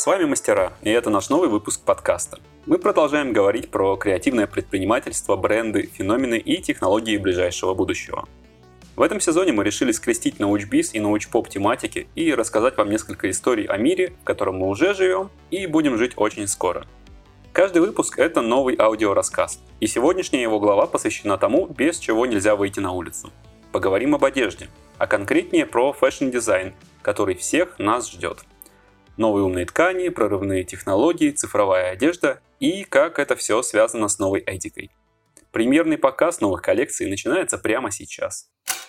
С вами Мастера, и это наш новый выпуск подкаста. Мы продолжаем говорить про креативное предпринимательство, бренды, феномены и технологии ближайшего будущего. В этом сезоне мы решили скрестить научбиз и научпоп тематики и рассказать вам несколько историй о мире, в котором мы уже живем и будем жить очень скоро. Каждый выпуск – это новый аудиорассказ, и сегодняшняя его глава посвящена тому, без чего нельзя выйти на улицу. Поговорим об одежде, а конкретнее про фэшн-дизайн, который всех нас ждет. Новые умные ткани, прорывные технологии, цифровая одежда и как это все связано с новой этикой. Премьерный показ новых коллекций начинается прямо сейчас.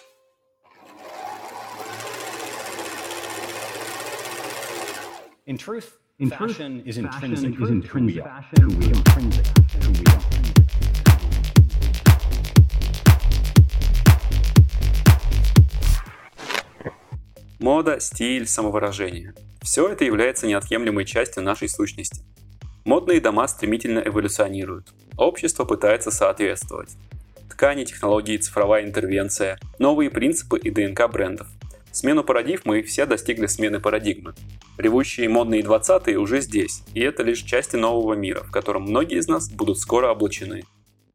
In truth, fashion is intrinsic to who we are. Мода, стиль, самовыражение – все это является неотъемлемой частью нашей сущности. Модные дома стремительно эволюционируют, общество пытается соответствовать. Ткани, технологии, цифровая интервенция, новые принципы и ДНК брендов. Смену парадигм мы все достигли смены парадигмы. Ревущие модные 20-е уже здесь, и это лишь части нового мира, в котором многие из нас будут скоро облачены.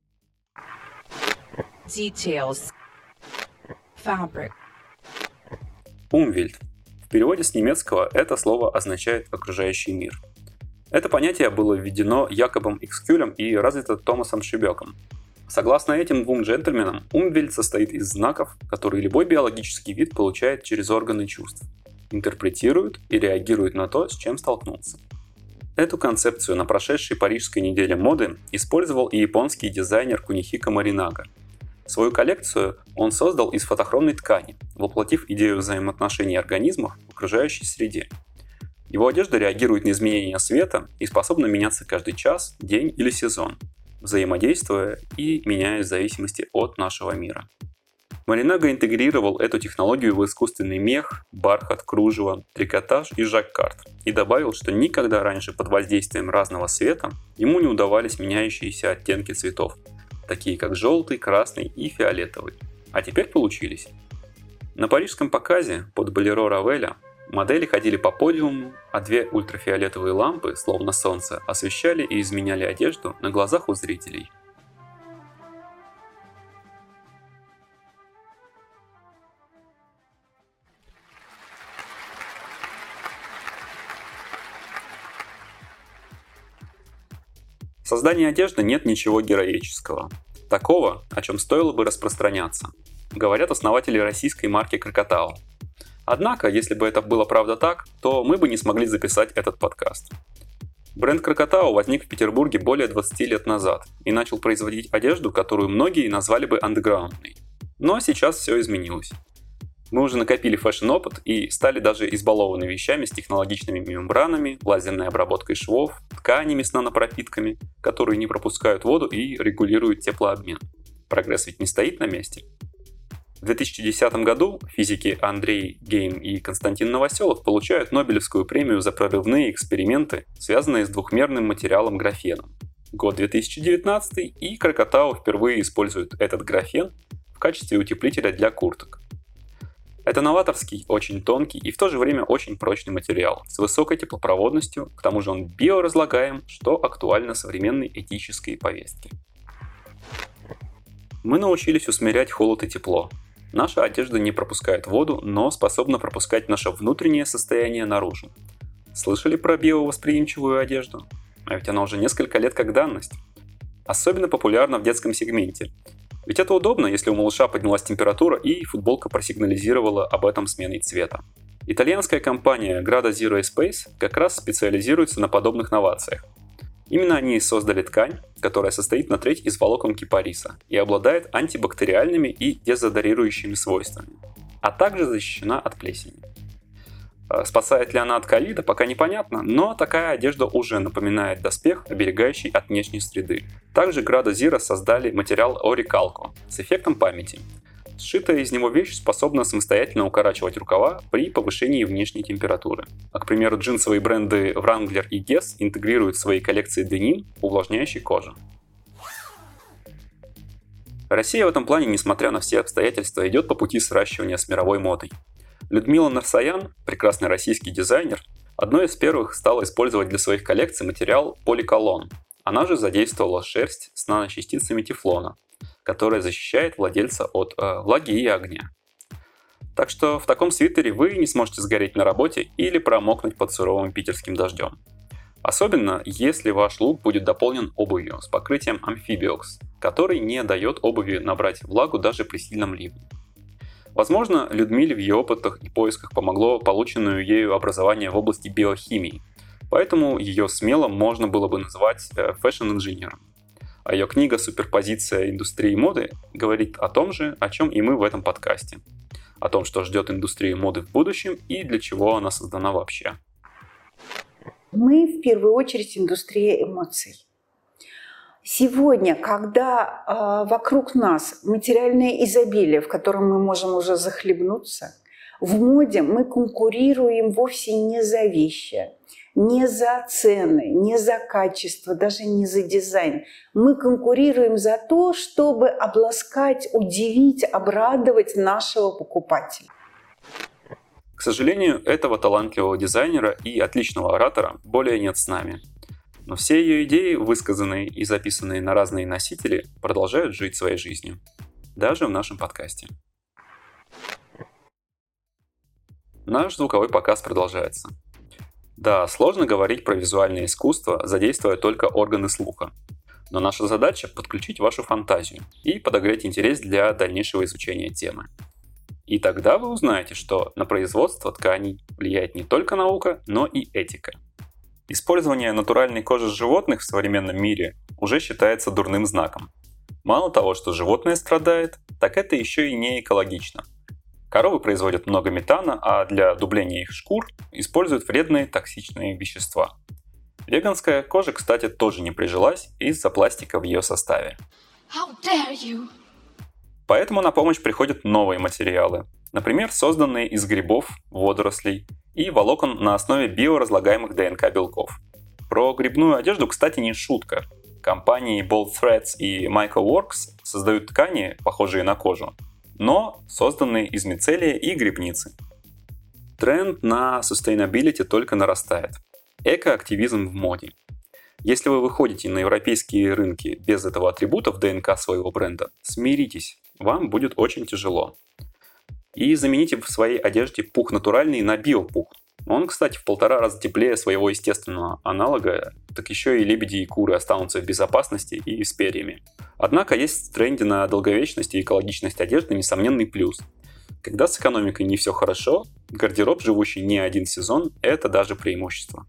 Details. Fabric. Umwelt. В переводе с немецкого это слово означает «окружающий мир». Это понятие было введено Якобом Икскюлем и развито Томасом Шебеком. Согласно этим двум джентльменам, Umwelt состоит из знаков, которые любой биологический вид получает через органы чувств, интерпретирует и реагирует на то, с чем столкнулся. Эту концепцию на прошедшей парижской неделе моды использовал и японский дизайнер Кунихико Моринага. Свою коллекцию он создал из фотохромной ткани, воплотив идею взаимоотношений организмов в окружающей среде. Его одежда реагирует на изменения света и способна меняться каждый час, день или сезон, взаимодействуя и меняясь в зависимости от нашего мира. Моринага интегрировал эту технологию в искусственный мех, бархат, кружево, трикотаж и жаккард и добавил, что никогда раньше под воздействием разного света ему не удавались меняющиеся оттенки цветов, такие как желтый, красный и фиолетовый. А теперь получились. На парижском показе под Болеро Равеля модели ходили по подиуму, а две ультрафиолетовые лампы, словно солнце, освещали и изменяли одежду на глазах у зрителей. В создании одежды нет ничего героического. Такого, о чем стоило бы распространяться, говорят основатели российской марки Крокотау. Однако, если бы это было правда так, то мы бы не смогли записать этот подкаст. Бренд Крокотау возник в Петербурге более 20 лет назад и начал производить одежду, которую многие назвали бы андеграундной. Но сейчас все изменилось. Мы уже накопили фэшн-опыт и стали даже избалованы вещами с технологичными мембранами, лазерной обработкой швов, тканями с нанопропитками, которые не пропускают воду и регулируют теплообмен. Прогресс ведь не стоит на месте. В 2010 году физики Андрей Гейм и Константин Новоселов получают Нобелевскую премию за прорывные эксперименты, связанные с двухмерным материалом графеном. Год 2019, и Крокотау впервые использует этот графен в качестве утеплителя для курток. Это новаторский, очень тонкий и в то же время очень прочный материал с высокой теплопроводностью, к тому же он биоразлагаем, что актуально современной этической повестке. Мы научились усмирять холод и тепло. Наша одежда не пропускает воду, но способна пропускать наше внутреннее состояние наружу. Слышали про биовосприимчивую одежду? А ведь она уже несколько лет как данность. Особенно популярна в детском сегменте. Ведь это удобно, если у малыша поднялась температура и футболка просигнализировала об этом сменой цвета. Итальянская компания Grada Zero Space как раз специализируется на подобных новациях. Именно они и создали ткань, которая состоит на треть из волокон кипариса и обладает антибактериальными и дезодорирующими свойствами, а также защищена от плесени. Спасает ли она от ковида, пока непонятно, но такая одежда уже напоминает доспех, оберегающий от внешней среды. Также Grada Zero создали материал Oricalco с эффектом памяти. Сшитая из него вещь способна самостоятельно укорачивать рукава при повышении внешней температуры. А, к примеру, джинсовые бренды Wrangler и Guess интегрируют в свои коллекции деним, увлажняющий кожу. Россия в этом плане, несмотря на все обстоятельства, идет по пути сращивания с мировой модой. Людмила Нарсаян, прекрасный российский дизайнер, Одной из первых стала использовать для своих коллекций материал поликолон. Она же задействовала шерсть с наночастицами тефлона, которая защищает владельца от влаги и огня. Так что в таком свитере вы не сможете сгореть на работе или промокнуть под суровым питерским дождем. Особенно, если ваш лук будет дополнен обувью с покрытием Amphibiox, который не дает обуви набрать влагу даже при сильном ливне. Возможно, Людмиле в ее опытах и поисках помогло полученное ею образование в области биохимии, поэтому ее смело можно было бы назвать фэшн-инженером. А ее книга «Суперпозиция индустрии моды» говорит о том же, о чем и мы в этом подкасте. О том, что ждет индустрию моды в будущем и для чего она создана вообще. Мы в первую очередь индустрия эмоций. Сегодня, когда вокруг нас материальное изобилие, в котором мы можем уже захлебнуться, в моде мы конкурируем вовсе не за вещи, не за цены, не за качество, даже не за дизайн. Мы конкурируем за то, чтобы обласкать, удивить, обрадовать нашего покупателя. К сожалению, этого талантливого дизайнера и отличного оратора более нет с нами. Но все ее идеи, высказанные и записанные на разные носители, продолжают жить своей жизнью. Даже в нашем подкасте. Наш звуковой показ продолжается. Да, сложно говорить про визуальное искусство, задействуя только органы слуха. Но наша задача – подключить вашу фантазию и подогреть интерес для дальнейшего изучения темы. И тогда вы узнаете, что на производство тканей влияет не только наука, но и этика. Использование натуральной кожи животных в современном мире уже считается дурным знаком. Мало того, что животное страдает, так это еще и не экологично. Коровы производят много метана, а для дубления их шкур используют вредные токсичные вещества. Веганская кожа, кстати, тоже не прижилась из-за пластика в ее составе. How dare you? Поэтому на помощь приходят новые материалы, например, созданные из грибов, водорослей и волокон на основе биоразлагаемых ДНК белков. Про грибную одежду, кстати, не шутка. Компании Bold Threads и MycoWorks создают ткани, похожие на кожу, но созданные из мицелия и грибницы. Тренд на sustainability только нарастает. Экоактивизм в моде. Если вы выходите на европейские рынки без этого атрибута в ДНК своего бренда, смиритесь, вам будет очень тяжело. И замените в своей одежде пух натуральный на биопух. Он, кстати, в 1,5 раза теплее своего естественного аналога, так еще и лебеди и куры останутся в безопасности и с перьями. Однако есть в тренде на долговечность и экологичность одежды несомненный плюс. Когда с экономикой не все хорошо, гардероб, живущий не один сезон, это даже преимущество.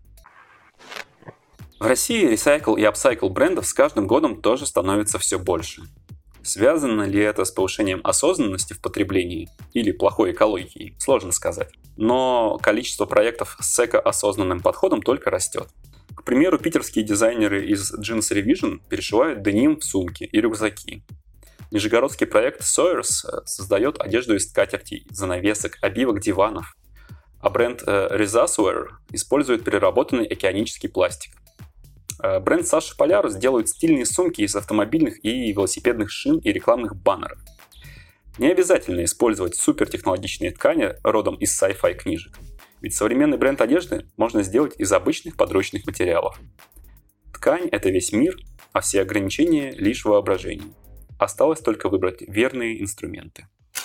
В России ресайкл и апсайкл брендов с каждым годом тоже становится все больше. Связано ли это с повышением осознанности в потреблении или плохой экологией, сложно сказать. Но количество проектов с эко-осознанным подходом только растет. К примеру, питерские дизайнеры из Jeans Revision перешивают деним в сумки и рюкзаки. Нижегородский проект Sawyers создает одежду из скатертей, занавесок, обивок диванов. А бренд Rezaswear использует переработанный океанический пластик. Бренд Саша Полярус делает стильные сумки из автомобильных и велосипедных шин и рекламных баннеров. Не обязательно использовать супертехнологичные ткани родом из sci-fi книжек, ведь современный бренд одежды можно сделать из обычных подручных материалов. Ткань – это весь мир, а все ограничения – лишь воображение. Осталось только выбрать верные инструменты.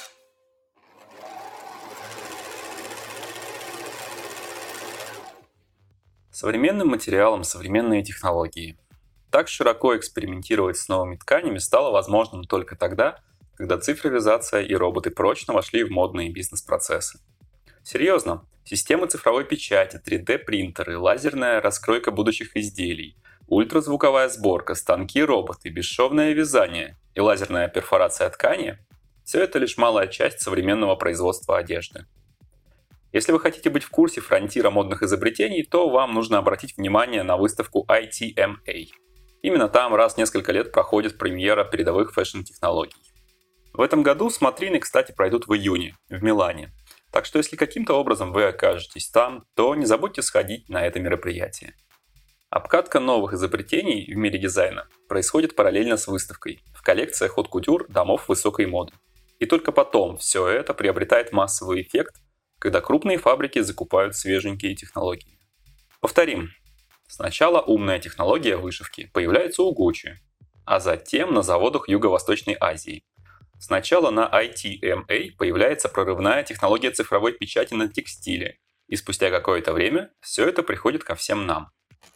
Современным материалом современные технологии. Так широко экспериментировать с новыми тканями стало возможным только тогда, когда цифровизация и роботы прочно вошли в модные бизнес-процессы. Серьезно, системы цифровой печати, 3D-принтеры, лазерная раскройка будущих изделий, ультразвуковая сборка, станки-роботы, бесшовное вязание и лазерная перфорация ткани – все это лишь малая часть современного производства одежды. Если вы хотите быть в курсе фронтира модных изобретений, то вам нужно обратить внимание на выставку ITMA. Именно там раз в несколько лет проходит премьера передовых фэшн-технологий. В этом году смотрины, кстати, пройдут в июне, в Милане. Так что если каким-то образом вы окажетесь там, то не забудьте сходить на это мероприятие. Обкатка новых изобретений в мире дизайна происходит параллельно с выставкой в коллекциях haute couture домов высокой моды. И только потом все это приобретает массовый эффект, когда крупные фабрики закупают свеженькие технологии. Повторим. Сначала умная технология вышивки появляется у Gucci, а затем на заводах Юго-Восточной Азии. Сначала на ITMA появляется прорывная технология цифровой печати на текстиле, и спустя какое-то время все это приходит ко всем нам.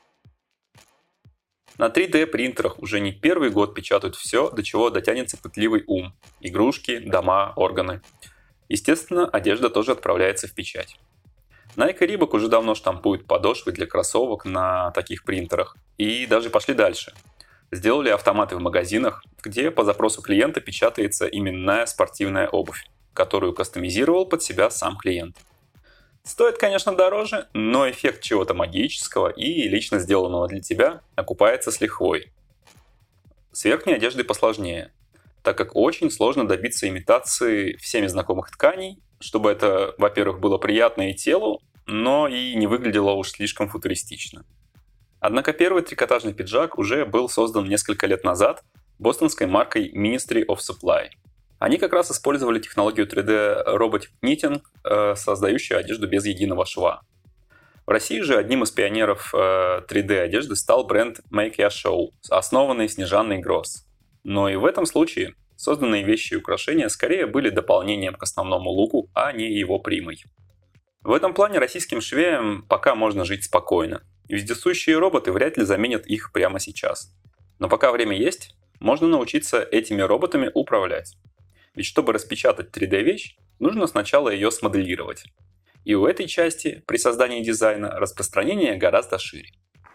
На 3D принтерах уже не первый год печатают все, до чего дотянется пытливый ум. Игрушки, дома, органы. Естественно, одежда тоже отправляется в печать. Nike и Reebok уже давно штампуют подошвы для кроссовок на таких принтерах. И даже пошли дальше. Сделали автоматы в магазинах, где по запросу клиента печатается именная спортивная обувь, которую кастомизировал под себя сам клиент. Стоит, конечно, дороже, но эффект чего-то магического и лично сделанного для тебя окупается с лихвой. С верхней одеждой посложнее, так как очень сложно добиться имитации всеми знакомых тканей, чтобы это, во-первых, было приятно и телу, но и не выглядело уж слишком футуристично. Однако первый трикотажный пиджак уже был создан несколько лет назад бостонской маркой Ministry of Supply. Они как раз использовали технологию 3D Robotic Knitting, создающую одежду без единого шва. В России же одним из пионеров 3D одежды стал бренд Make Ya Show, основанный Снежанной Гросс. Но и в этом случае созданные вещи и украшения скорее были дополнением к основному луку, а не его примой. В этом плане российским швеям пока можно жить спокойно. Вездесущие роботы вряд ли заменят их прямо сейчас. Но пока время есть, можно научиться этими роботами управлять. Ведь чтобы распечатать 3D-вещь, нужно сначала ее смоделировать. И у этой части при создании дизайна распространение гораздо шире.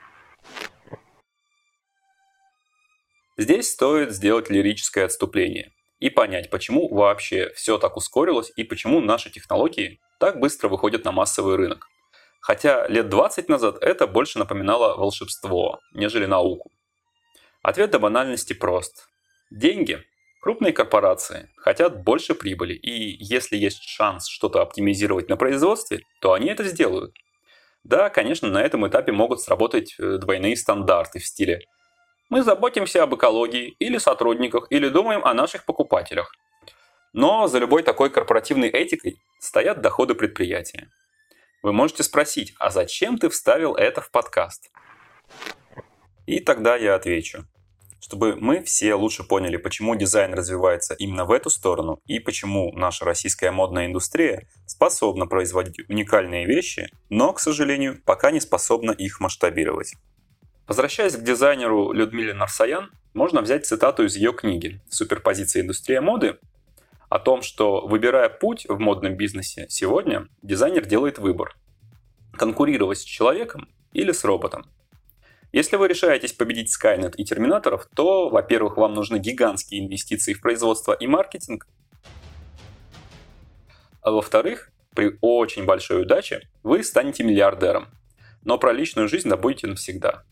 Здесь стоит сделать лирическое отступление и понять, почему вообще все так ускорилось и почему наши технологии так быстро выходят на массовый рынок. Хотя лет 20 назад это больше напоминало волшебство, нежели науку. Ответ до банальности прост. Деньги. Крупные корпорации хотят больше прибыли, и если есть шанс что-то оптимизировать на производстве, то они это сделают. Да, конечно, на этом этапе могут сработать двойные стандарты в стиле «Мы заботимся об экологии или сотрудниках, или думаем о наших покупателях». Но за любой такой корпоративной этикой стоят доходы предприятия. Вы можете спросить, а зачем ты вставил это в подкаст? И тогда я отвечу. Чтобы мы все лучше поняли, почему дизайн развивается именно в эту сторону и почему наша российская модная индустрия способна производить уникальные вещи, но, к сожалению, пока не способна их масштабировать. Возвращаясь к дизайнеру Людмиле Нарсаян, можно взять цитату из ее книги «Суперпозиция индустрия моды» о том, что, выбирая путь в модном бизнесе сегодня, дизайнер делает выбор – конкурировать с человеком или с роботом. Если вы решаетесь победить Skynet и Терминаторов, то, во-первых, вам нужны гигантские инвестиции в производство и маркетинг, а во-вторых, при очень большой удаче вы станете миллиардером, но про личную жизнь забудете навсегда.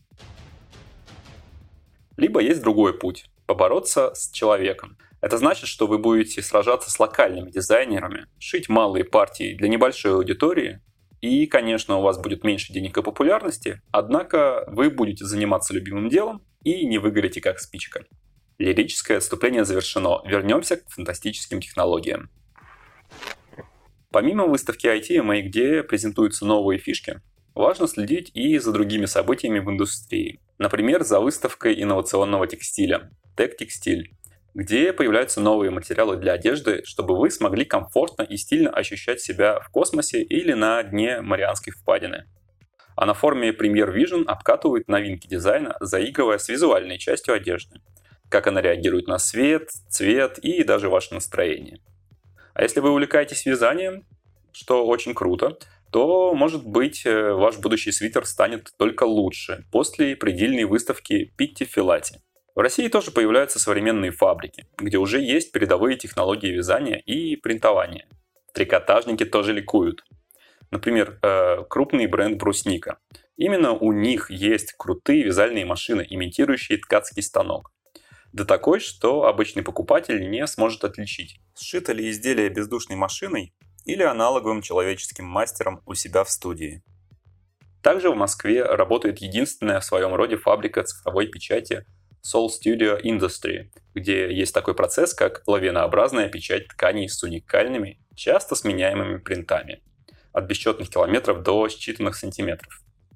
Либо есть другой путь – побороться с человеком. Это значит, что вы будете сражаться с локальными дизайнерами, шить малые партии для небольшой аудитории, и, конечно, у вас будет меньше денег и популярности, однако вы будете заниматься любимым делом и не выгорите как спичка. Лирическое отступление завершено. Вернемся к фантастическим технологиям. Помимо выставки ITMA, где презентуются новые фишки, важно следить и за другими событиями в индустрии. Например, за выставкой инновационного текстиля TechTextile, где появляются новые материалы для одежды, чтобы вы смогли комфортно и стильно ощущать себя в космосе или на дне Марианской впадины. А на форуме Premier Vision обкатывают новинки дизайна, заигрывая с визуальной частью одежды. Как она реагирует на свет, цвет и даже ваше настроение. А если вы увлекаетесь вязанием, что очень круто, то, может быть, ваш будущий свитер станет только лучше после предельной выставки Pitti Filati. В России тоже появляются современные фабрики, где уже есть передовые технологии вязания и принтования. Трикотажники тоже ликуют. Например, крупный бренд «Брусника». Именно у них есть крутые вязальные машины, имитирующие ткацкий станок. Да такой, что обычный покупатель не сможет отличить, сшито ли изделие бездушной машиной или аналоговым человеческим мастером у себя в студии. Также в Москве работает единственная в своем роде фабрика цифровой печати Soul Studio Industry, где есть такой процесс, как лавинообразная печать тканей с уникальными, часто сменяемыми принтами, от бесчетных километров до считанных сантиметров.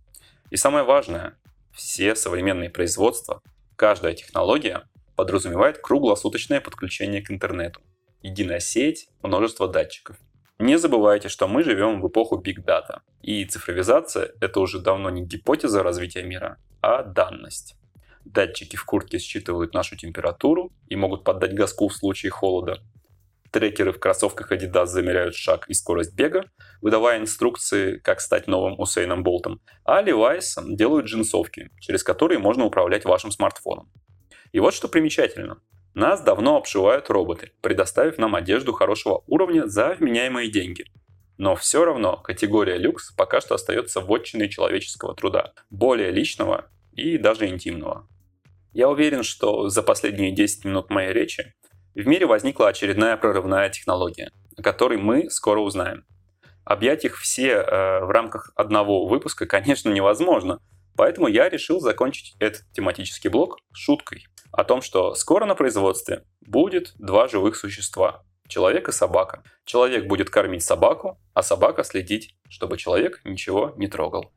И самое важное, все современные производства, каждая технология подразумевает круглосуточное подключение к интернету, единая сеть, множество датчиков. Не забывайте, что мы живем в эпоху Big Data, и цифровизация – это уже давно не гипотеза развития мира, а данность. Датчики в куртке считывают нашу температуру и могут поддать газку в случае холода. Трекеры в кроссовках Adidas замеряют шаг и скорость бега, выдавая инструкции, как стать новым Усейном Болтом, а Levi's делают джинсовки, через которые можно управлять вашим смартфоном. И вот что примечательно. Нас давно обшивают роботы, предоставив нам одежду хорошего уровня за вменяемые деньги. Но все равно категория люкс пока что остается вотчиной человеческого труда, более личного и даже интимного. Я уверен, что за последние 10 минут моей речи в мире возникла очередная прорывная технология, о которой мы скоро узнаем. Объять их все в рамках одного выпуска, конечно, невозможно, поэтому я решил закончить этот тематический блок шуткой о том, что скоро на производстве будет два живых существа – человек и собака. Человек будет кормить собаку, а собака следить, чтобы человек ничего не трогал.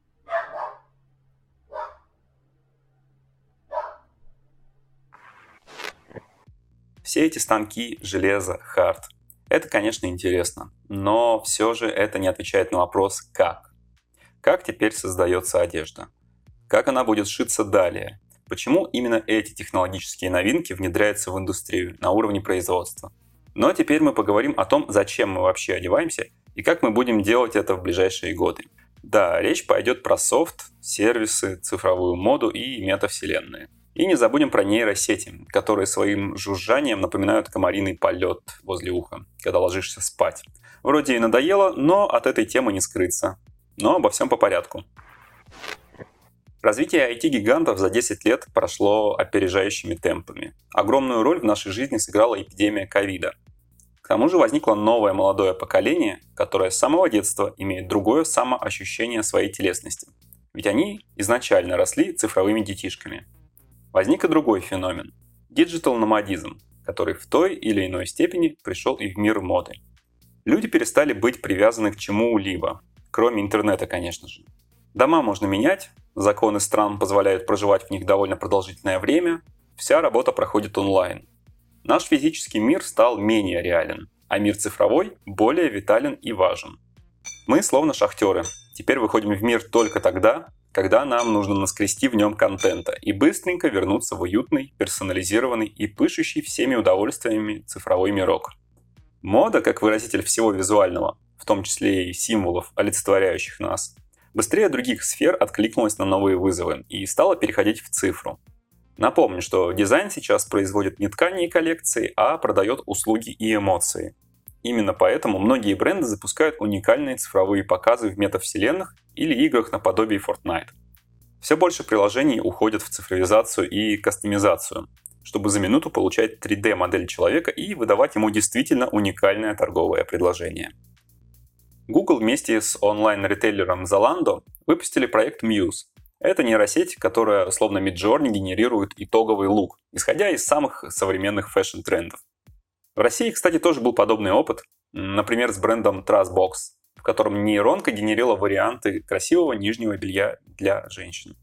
Все эти станки, железо, хард – это, конечно, интересно, но все же это не отвечает на вопрос «как?». Как теперь создается одежда? Как она будет шиться далее? Почему именно эти технологические новинки внедряются в индустрию на уровне производства? Но теперь мы поговорим о том, зачем мы вообще одеваемся и как мы будем делать это в ближайшие годы. Да, речь пойдет про софт, сервисы, цифровую моду и метавселенные. И не забудем про нейросети, которые своим жужжанием напоминают комариный полет возле уха, когда ложишься спать. Вроде и надоело, но от этой темы не скрыться. Но обо всем по порядку. Развитие IT-гигантов за 10 лет прошло опережающими темпами. Огромную роль в нашей жизни сыграла эпидемия ковида. К тому же возникло новое молодое поколение, которое с самого детства имеет другое самоощущение своей телесности. Ведь они изначально росли цифровыми детишками. Возник и другой феномен – диджитал-номадизм, который в той или иной степени пришел и в мир моды. Люди перестали быть привязаны к чему-либо, кроме интернета, конечно же. Дома можно менять, законы стран позволяют проживать в них довольно продолжительное время, вся работа проходит онлайн. Наш физический мир стал менее реален, а мир цифровой более витален и важен. Мы словно шахтеры, теперь выходим в мир только тогда, когда нам нужно наскрести в нем контента и быстренько вернуться в уютный, персонализированный и пышущий всеми удовольствиями цифровой мирок. Мода, как выразитель всего визуального, в том числе и символов, олицетворяющих нас, быстрее других сфер откликнулась на новые вызовы и стала переходить в цифру. Напомню, что дизайн сейчас производит не ткани и коллекции, а продает услуги и эмоции. Именно поэтому многие бренды запускают уникальные цифровые показы в метавселенных или играх наподобие Fortnite. Все больше приложений уходят в цифровизацию и кастомизацию, чтобы за минуту получать 3D-модель человека и выдавать ему действительно уникальное торговое предложение. Google вместе с онлайн-ритейлером Zalando выпустили проект Muse. Это нейросеть, которая словно Midjourney генерирует итоговый лук, исходя из самых современных фэшн-трендов. В России, кстати, тоже был подобный опыт, например, с брендом Trustbox, в котором нейронка генерила варианты красивого нижнего белья для женщин.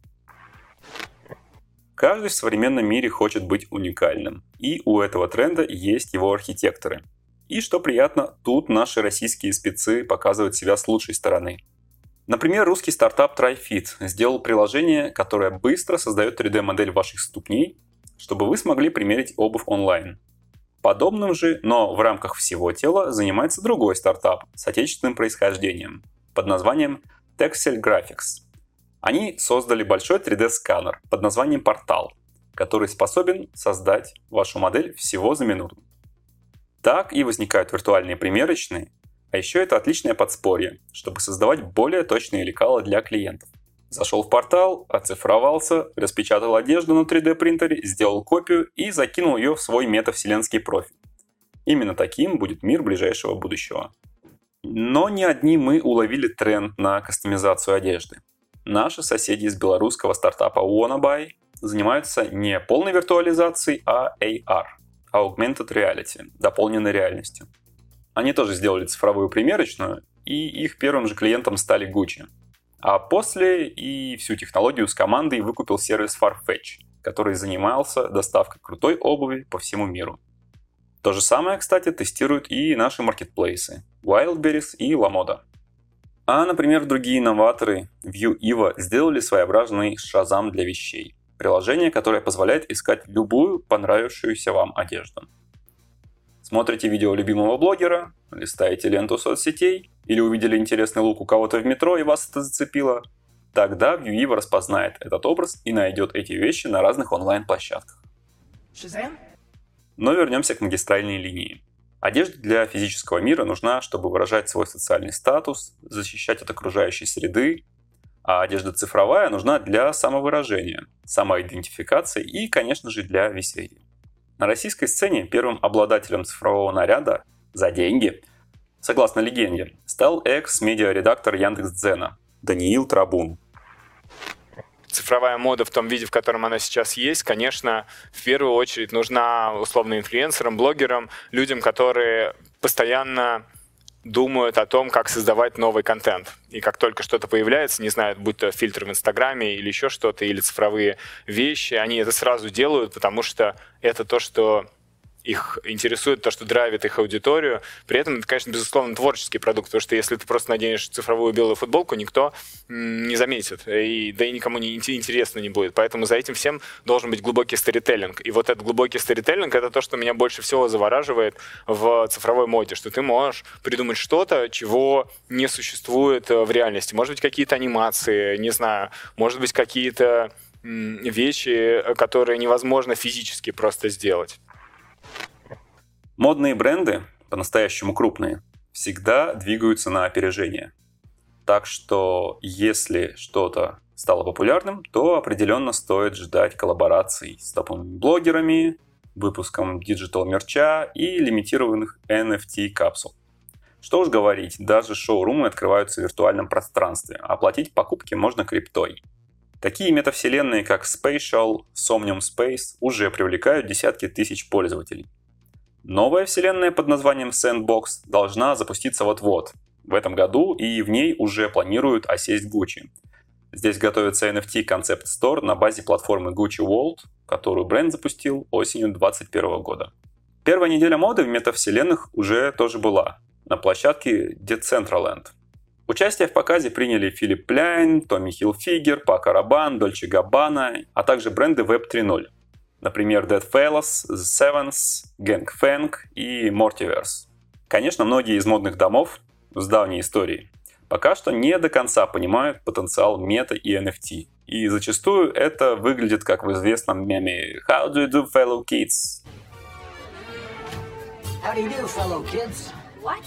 Каждый в современном мире хочет быть уникальным, и у этого тренда есть его архитекторы. И, что приятно, тут наши российские спецы показывают себя с лучшей стороны. Например, русский стартап TryFit сделал приложение, которое быстро создает 3D-модель ваших ступней, чтобы вы смогли примерить обувь онлайн. Подобным же, но в рамках всего тела, занимается другой стартап с отечественным происхождением под названием Texel Graphics. Они создали большой 3D-сканер под названием Portal, который способен создать вашу модель всего за минуту. Так и возникают виртуальные примерочные, а еще это отличное подспорье, чтобы создавать более точные лекала для клиентов. Зашел в портал, оцифровался, распечатал одежду на 3D принтере, сделал копию и закинул ее в свой метавселенский профиль. Именно таким будет мир ближайшего будущего. Но не одни мы уловили тренд на кастомизацию одежды. Наши соседи из белорусского стартапа Wannaby занимаются не полной виртуализацией, а AR – Augmented Reality, дополненной реальностью. Они тоже сделали цифровую примерочную, и их первым же клиентом стали Gucci. А после и всю технологию с командой выкупил сервис Farfetch, который занимался доставкой крутой обуви по всему миру. То же самое, кстати, тестируют и наши маркетплейсы Wildberries и LaModa. А, например, другие инноваторы Vue Eva сделали своеобразный Shazam для вещей. Приложение, которое позволяет искать любую понравившуюся вам одежду. Смотрите видео любимого блогера, листаете ленту соцсетей или увидели интересный лук у кого-то в метро и вас это зацепило, тогда Vue Eva распознает этот образ и найдет эти вещи на разных онлайн-площадках. Но вернемся к магистральной линии. Одежда для физического мира нужна, чтобы выражать свой социальный статус, защищать от окружающей среды, а одежда цифровая нужна для самовыражения, самоидентификации и, конечно же, для веселья. На российской сцене первым обладателем цифрового наряда за деньги, согласно легенде, стал экс-медиаредактор Яндекс.Дзена Даниил Трабун. Цифровая мода в том виде, в котором она сейчас есть, конечно, в первую очередь нужна условно инфлюенсерам, блогерам, людям, которые постоянно думают о том, как создавать новый контент. И как только что-то появляется, не знаю, будь то фильтр в Инстаграме или еще что-то, или цифровые вещи, они это сразу делают, потому что это то, что их интересует, то, что драйвит их аудиторию. При этом это, конечно, безусловно, творческий продукт, потому что если ты просто наденешь цифровую белую футболку, никто не заметит, да и никому не интересно не будет. Поэтому за этим всем должен быть глубокий сторителлинг. И вот этот глубокий сторителлинг — это то, что меня больше всего завораживает в цифровой моде, что ты можешь придумать что-то, чего не существует в реальности. Может быть, какие-то анимации, не знаю, может быть, какие-то вещи, которые невозможно физически просто сделать. Модные бренды, по-настоящему крупные, всегда двигаются на опережение. Так что, если что-то стало популярным, то определенно стоит ждать коллабораций с топовыми блогерами, выпуском диджитал-мерча и лимитированных NFT-капсул. Что уж говорить, даже шоурумы открываются в виртуальном пространстве, а оплатить покупки можно криптой. Такие метавселенные, как Spatial, Somnium Space, уже привлекают десятки тысяч пользователей. Новая вселенная под названием Sandbox должна запуститься вот-вот, в этом году, и в ней уже планируют осесть Gucci. Здесь готовится NFT Concept Store на базе платформы Gucci World, которую бренд запустил осенью 2021 года. Первая неделя моды в метавселенных уже тоже была, на площадке Decentraland. Участие в показе приняли Philipp Plein, Tommy Hilfiger, Paco Rabanne, Dolce Gabbana, а также бренды Web 3.0. Например, Dead Fellas, The Sevens, Gang Feng и Mortiverse. Конечно, многие из модных домов с давней историей пока что не до конца понимают потенциал мета и NFT. И зачастую это выглядит как в известном меме «How do you do, fellow kids?» How do you do, fellow kids? What?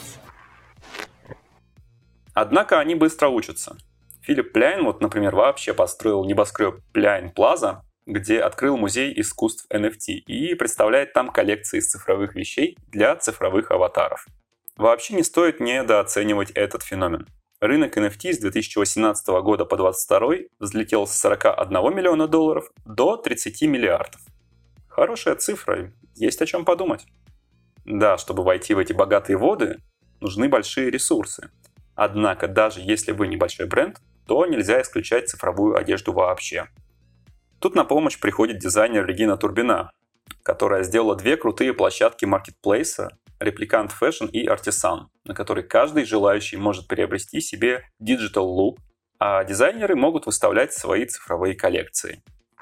Однако они быстро учатся. Филипп Пляйн, например, вообще построил небоскреб Пляйн Плаза, где открыл музей искусств NFT и представляет там коллекции из цифровых вещей для цифровых аватаров. Вообще не стоит недооценивать этот феномен. Рынок NFT с 2018 года по 2022 взлетел с 41 миллиона долларов до 30 миллиардов. Хорошая цифра, есть о чем подумать. Да, чтобы войти в эти богатые воды, нужны большие ресурсы. Однако, даже если вы небольшой бренд, то нельзя исключать цифровую одежду вообще. Тут на помощь приходит дизайнер Регина Турбина, которая сделала две крутые площадки маркетплейса Replicant Fashion и Artisan, на которой каждый желающий может приобрести себе digital look, а дизайнеры могут выставлять свои цифровые коллекции.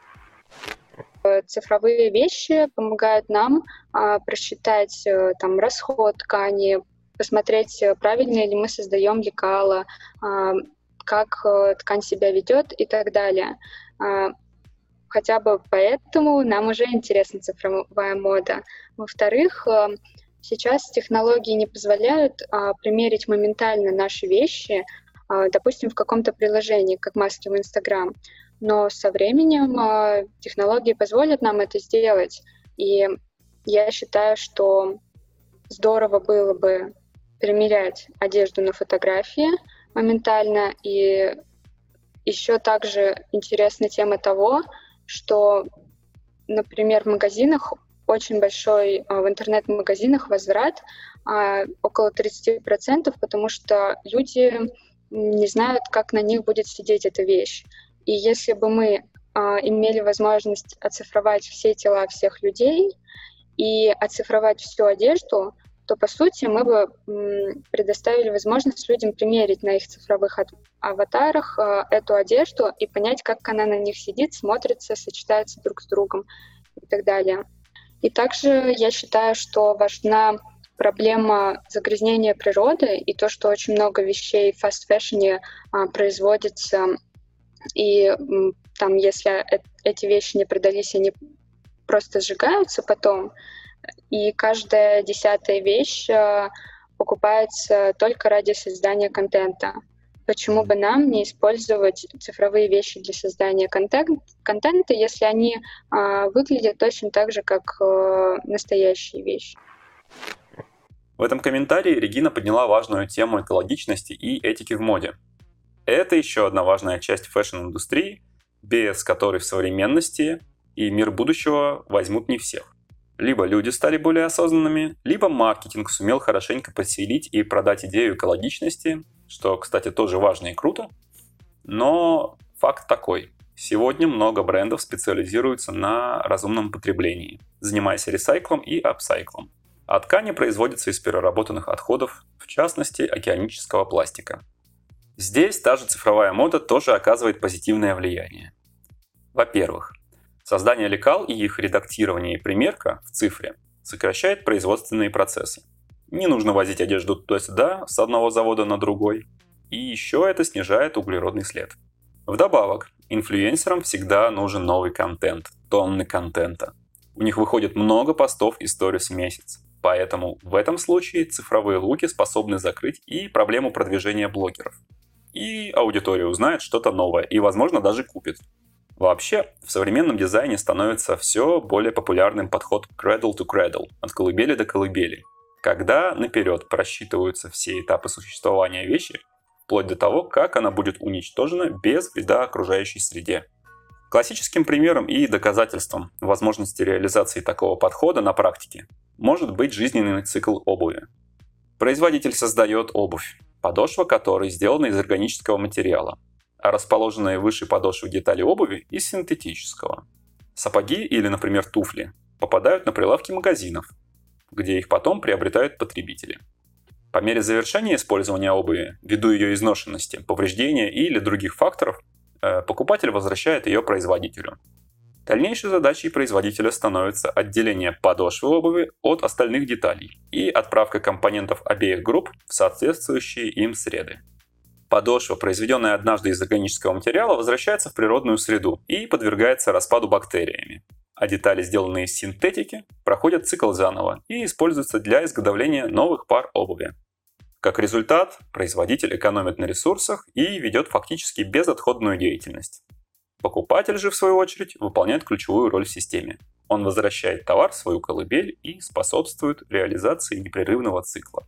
Цифровые вещи помогают нам просчитать расход ткани, посмотреть, правильно ли мы создаем лекала, как ткань себя ведет и так далее. Хотя бы поэтому нам уже интересна цифровая мода. Во-вторых, сейчас технологии не позволяют примерить моментально наши вещи, допустим, в каком-то приложении, как маски в Instagram. Но со временем технологии позволят нам это сделать. И я считаю, что здорово было бы примерять одежду на фотографии моментально. И еще также интересна тема того, что, например, в магазинах очень большой, в интернет-магазинах возврат, около 30%, потому что люди не знают, как на них будет сидеть эта вещь. И если бы мы имели возможность оцифровать все тела всех людей и оцифровать всю одежду, то, по сути, мы бы предоставили возможность людям примерить на их цифровых аватарах эту одежду и понять, как она на них сидит, смотрится, сочетается друг с другом и так далее. И также я считаю, что важна проблема загрязнения природы и то, что очень много вещей в фаст-фэшне производится, и там, если эти вещи не продались, они просто сжигаются потом, и каждая 10-я вещь покупается только ради создания контента. Почему бы нам не использовать цифровые вещи для создания контента, если они выглядят точно так же, как настоящие вещи? В этом комментарии Регина подняла важную тему экологичности и этики в моде. Это еще одна важная часть фэшн-индустрии, без которой в современности и мир будущего возьмут не всех. Либо люди стали более осознанными, либо маркетинг сумел хорошенько подселить и продать идею экологичности, что, кстати, тоже важно и круто. Но факт такой. Сегодня много брендов специализируются на разумном потреблении, занимаясь ресайклом и апсайклом. А ткани производятся из переработанных отходов, в частности, океанического пластика. Здесь та же цифровая мода тоже оказывает позитивное влияние. Во-первых, создание лекал и их редактирование и примерка в цифре сокращает производственные процессы. Не нужно возить одежду туда-сюда, с одного завода на другой. И еще это снижает углеродный след. Вдобавок, инфлюенсерам всегда нужен новый контент, тонны контента. У них выходит много постов и сторис в месяц. Поэтому в этом случае цифровые луки способны закрыть и проблему продвижения блогеров. И аудитория узнает что-то новое и, возможно, даже купит. Вообще, в современном дизайне становится все более популярным подход cradle to cradle, от колыбели до колыбели, когда наперед просчитываются все этапы существования вещи, вплоть до того, как она будет уничтожена без вреда окружающей среде. Классическим примером и доказательством возможности реализации такого подхода на практике может быть жизненный цикл обуви. Производитель создает обувь, подошва которой сделана из органического материала, а расположенные выше подошвы детали обуви из синтетического. Сапоги или, например, туфли попадают на прилавки магазинов, где их потом приобретают потребители. По мере завершения использования обуви, ввиду ее изношенности, повреждения или других факторов, покупатель возвращает ее производителю. Дальнейшей задачей производителя становится отделение подошвы обуви от остальных деталей и отправка компонентов обеих групп в соответствующие им среды. Подошва, произведенная однажды из органического материала, возвращается в природную среду и подвергается распаду бактериями. А детали, сделанные из синтетики, проходят цикл заново и используются для изготовления новых пар обуви. Как результат, производитель экономит на ресурсах и ведет фактически безотходную деятельность. Покупатель же, в свою очередь, выполняет ключевую роль в системе. Он возвращает товар в свою колыбель и способствует реализации непрерывного цикла.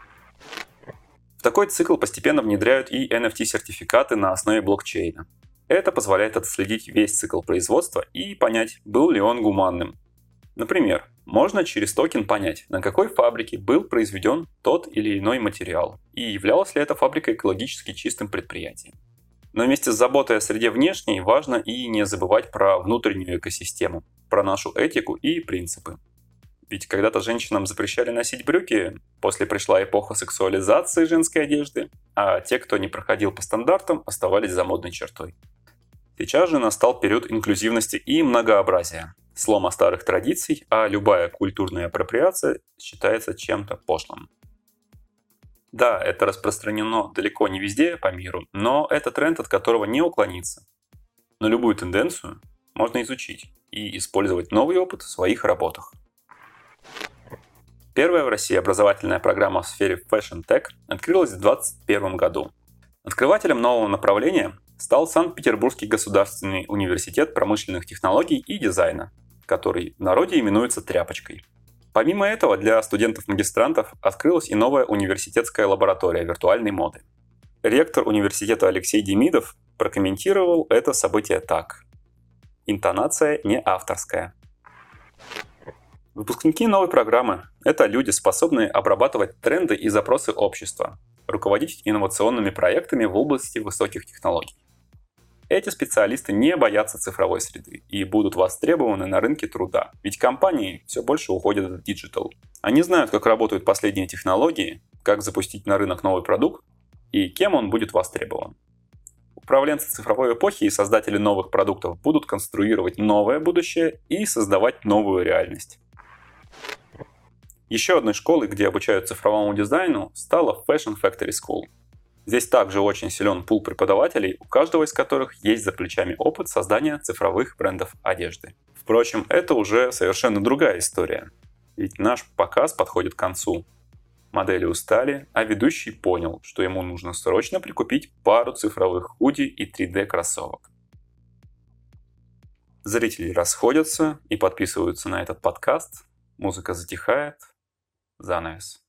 В такой цикл постепенно внедряют и NFT-сертификаты на основе блокчейна. Это позволяет отследить весь цикл производства и понять, был ли он гуманным. Например, можно через токен понять, на какой фабрике был произведен тот или иной материал и являлась ли эта фабрика экологически чистым предприятием. Но вместе с заботой о среде внешней важно и не забывать про внутреннюю экосистему, про нашу этику и принципы. Ведь когда-то женщинам запрещали носить брюки, после пришла эпоха сексуализации женской одежды, а те, кто не проходил по стандартам, оставались за модной чертой. Сейчас же настал период инклюзивности и многообразия, слома старых традиций, а любая культурная апроприация считается чем-то пошлым. Да, это распространено далеко не везде по миру, но это тренд, от которого не уклониться. Но любую тенденцию можно изучить и использовать новый опыт в своих работах. Первая в России образовательная программа в сфере Fashion Tech открылась в 2021 году. Открывателем нового направления стал Санкт-Петербургский государственный университет промышленных технологий и дизайна, который в народе именуется «Тряпочкой». Помимо этого, для студентов-магистрантов открылась и новая университетская лаборатория виртуальной моды. Ректор университета Алексей Демидов прокомментировал это событие так. Интонация не авторская. Выпускники новой программы – это люди, способные обрабатывать тренды и запросы общества, руководить инновационными проектами в области высоких технологий. Эти специалисты не боятся цифровой среды и будут востребованы на рынке труда, ведь компании все больше уходят в диджитал. Они знают, как работают последние технологии, как запустить на рынок новый продукт и кем он будет востребован. Управленцы цифровой эпохи и создатели новых продуктов будут конструировать новое будущее и создавать новую реальность. Еще одной школой, где обучают цифровому дизайну, стала Fashion Factory School. Здесь также очень силен пул преподавателей, у каждого из которых есть за плечами опыт создания цифровых брендов одежды. Впрочем, это уже совершенно другая история. Ведь наш показ подходит к концу. Модели устали, а ведущий понял, что ему нужно срочно прикупить пару цифровых худи и 3D-кроссовок. Зрители расходятся и подписываются на этот подкаст. Музыка затихает. Занавес.